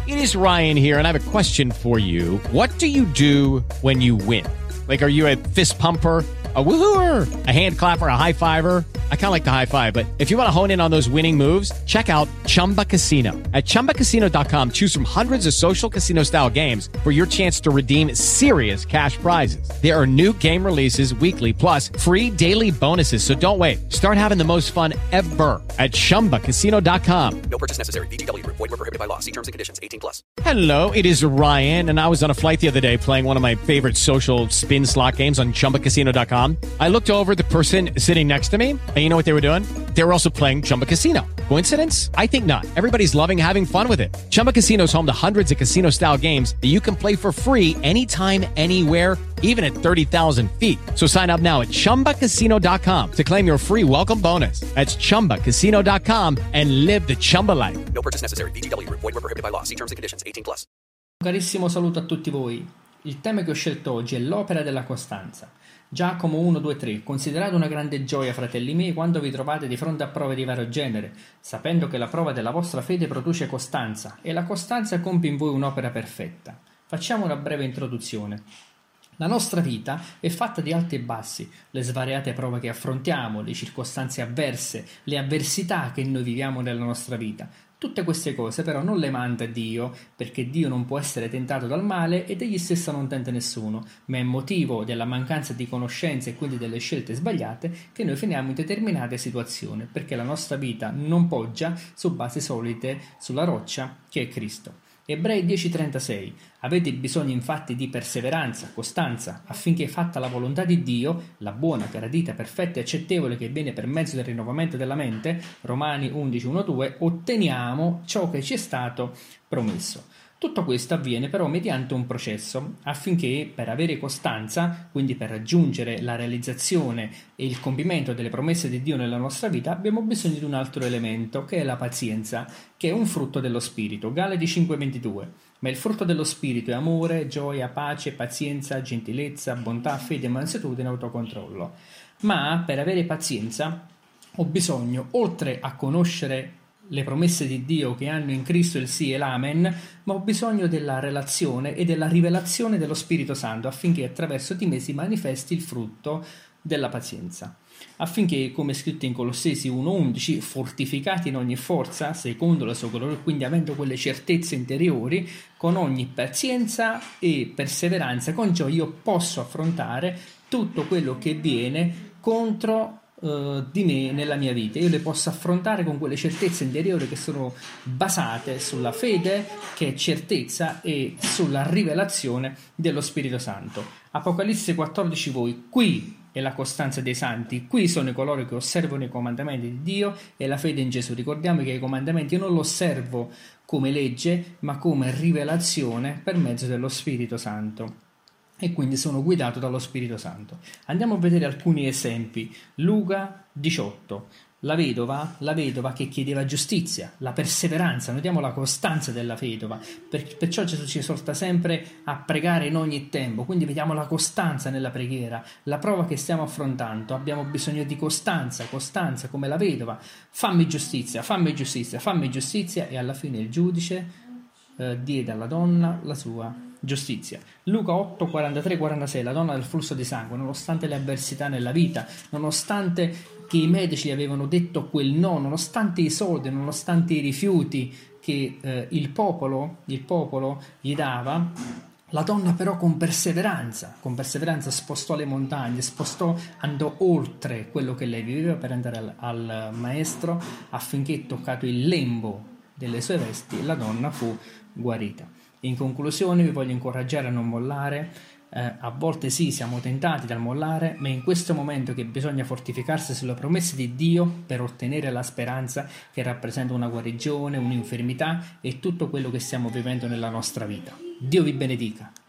It is Ryan here, and I have a question for you. What do you do when you win? Like, are you a fist pumper, a woohooer, a hand clapper, a high fiver? I kind of like the high five, but if you want to hone in on those winning moves, check out Chumba Casino. At ChumbaCasino.com, choose from hundreds of social casino style games for your chance to redeem serious cash prizes. There are new game releases weekly, plus free daily bonuses. So don't wait. Start having the most fun ever at ChumbaCasino.com. No purchase necessary. VGW Group. Void where prohibited by law. See terms and conditions. 18+. Hello, it is Ryan, and I was on a flight the other day playing one of my favorite social spin slot games on ChumbaCasino.com. I looked over at the person sitting next to me, and you know what they were doing? They were also playing Chumba Casino. Coincidence? I think not. Everybody's loving having fun with it. Chumba Casino is home to hundreds of casino-style games that you can play for free anytime, anywhere, even at 30,000 feet. So sign up now at ChumbaCasino.com to claim your free welcome bonus. That's ChumbaCasino.com and live the Chumba life. No purchase necessary. VGW Group. Void where prohibited by law. See terms and conditions. 18+. Un carissimo saluto a tutti voi. Il tema che ho scelto oggi è l'opera della costanza. Giacomo 1, 2, 3. Considerate una grande gioia, fratelli miei, quando vi trovate di fronte a prove di vario genere, sapendo che la prova della vostra fede produce costanza, e la costanza compie in voi un'opera perfetta. Facciamo una breve introduzione. La nostra vita è fatta di alti e bassi, le svariate prove che affrontiamo, le circostanze avverse, le avversità che noi viviamo nella nostra vita. Tutte queste cose però non le manda Dio, perché Dio non può essere tentato dal male ed egli stesso non tenta nessuno, ma è motivo della mancanza di conoscenza e quindi delle scelte sbagliate che noi finiamo in determinate situazioni, perché la nostra vita non poggia su basi solide sulla roccia che è Cristo. Ebrei 10:36. Avete bisogno infatti di perseveranza, costanza, affinché fatta la volontà di Dio, la buona, gradita, perfetta e accettevole che viene per mezzo del rinnovamento della mente, Romani 11:1-2, otteniamo ciò che ci è stato promesso. Tutto questo avviene però mediante un processo, affinché per avere costanza, quindi per raggiungere la realizzazione e il compimento delle promesse di Dio nella nostra vita, abbiamo bisogno di un altro elemento, che è la pazienza, che è un frutto dello Spirito. Galati 5:22. Ma il frutto dello Spirito è amore, gioia, pace, pazienza, gentilezza, bontà, fede, mansuetudine e autocontrollo. Ma per avere pazienza ho bisogno, oltre a conoscere le promesse di Dio che hanno in Cristo il sì e l'amen, ma ho bisogno della relazione e della rivelazione dello Spirito Santo affinché attraverso di me si manifesti il frutto della pazienza. Affinché, come scritto in Colossesi 1:11, fortificati in ogni forza, secondo la sua gloria, quindi avendo quelle certezze interiori, con ogni pazienza e perseveranza, con gioia io posso affrontare tutto quello che viene contro di me nella mia vita. Io le posso affrontare con quelle certezze interiori che sono basate sulla fede, che è certezza, e sulla rivelazione dello Spirito Santo. Apocalisse 14: voi, qui è la costanza dei santi, qui sono coloro che osservano i comandamenti di Dio e la fede in Gesù. Ricordiamo che i comandamenti io non lo osservo come legge, ma come rivelazione per mezzo dello Spirito Santo, e quindi sono guidato dallo Spirito Santo. Andiamo a vedere alcuni esempi. Luca 18, la vedova che chiedeva giustizia, la perseveranza, notiamo la costanza della vedova, perciò Gesù ci esorta sempre a pregare in ogni tempo, quindi vediamo la costanza nella preghiera, la prova che stiamo affrontando, abbiamo bisogno di costanza come la vedova, fammi giustizia, e alla fine il giudice diede alla donna la sua giustizia. Luca 8, 43-46, la donna del flusso di sangue, nonostante le avversità nella vita, nonostante che i medici gli avevano detto quel no, nonostante i soldi, nonostante i rifiuti che il popolo gli dava, la donna però con perseveranza spostò le montagne, andò oltre quello che lei viveva per andare al maestro, affinché, toccato il lembo delle sue vesti, la donna fu guarita. In conclusione vi voglio incoraggiare a non mollare. A volte sì, siamo tentati dal mollare, ma è in questo momento che bisogna fortificarsi sulle promesse di Dio per ottenere la speranza che rappresenta una guarigione, un'infermità e tutto quello che stiamo vivendo nella nostra vita. Dio vi benedica.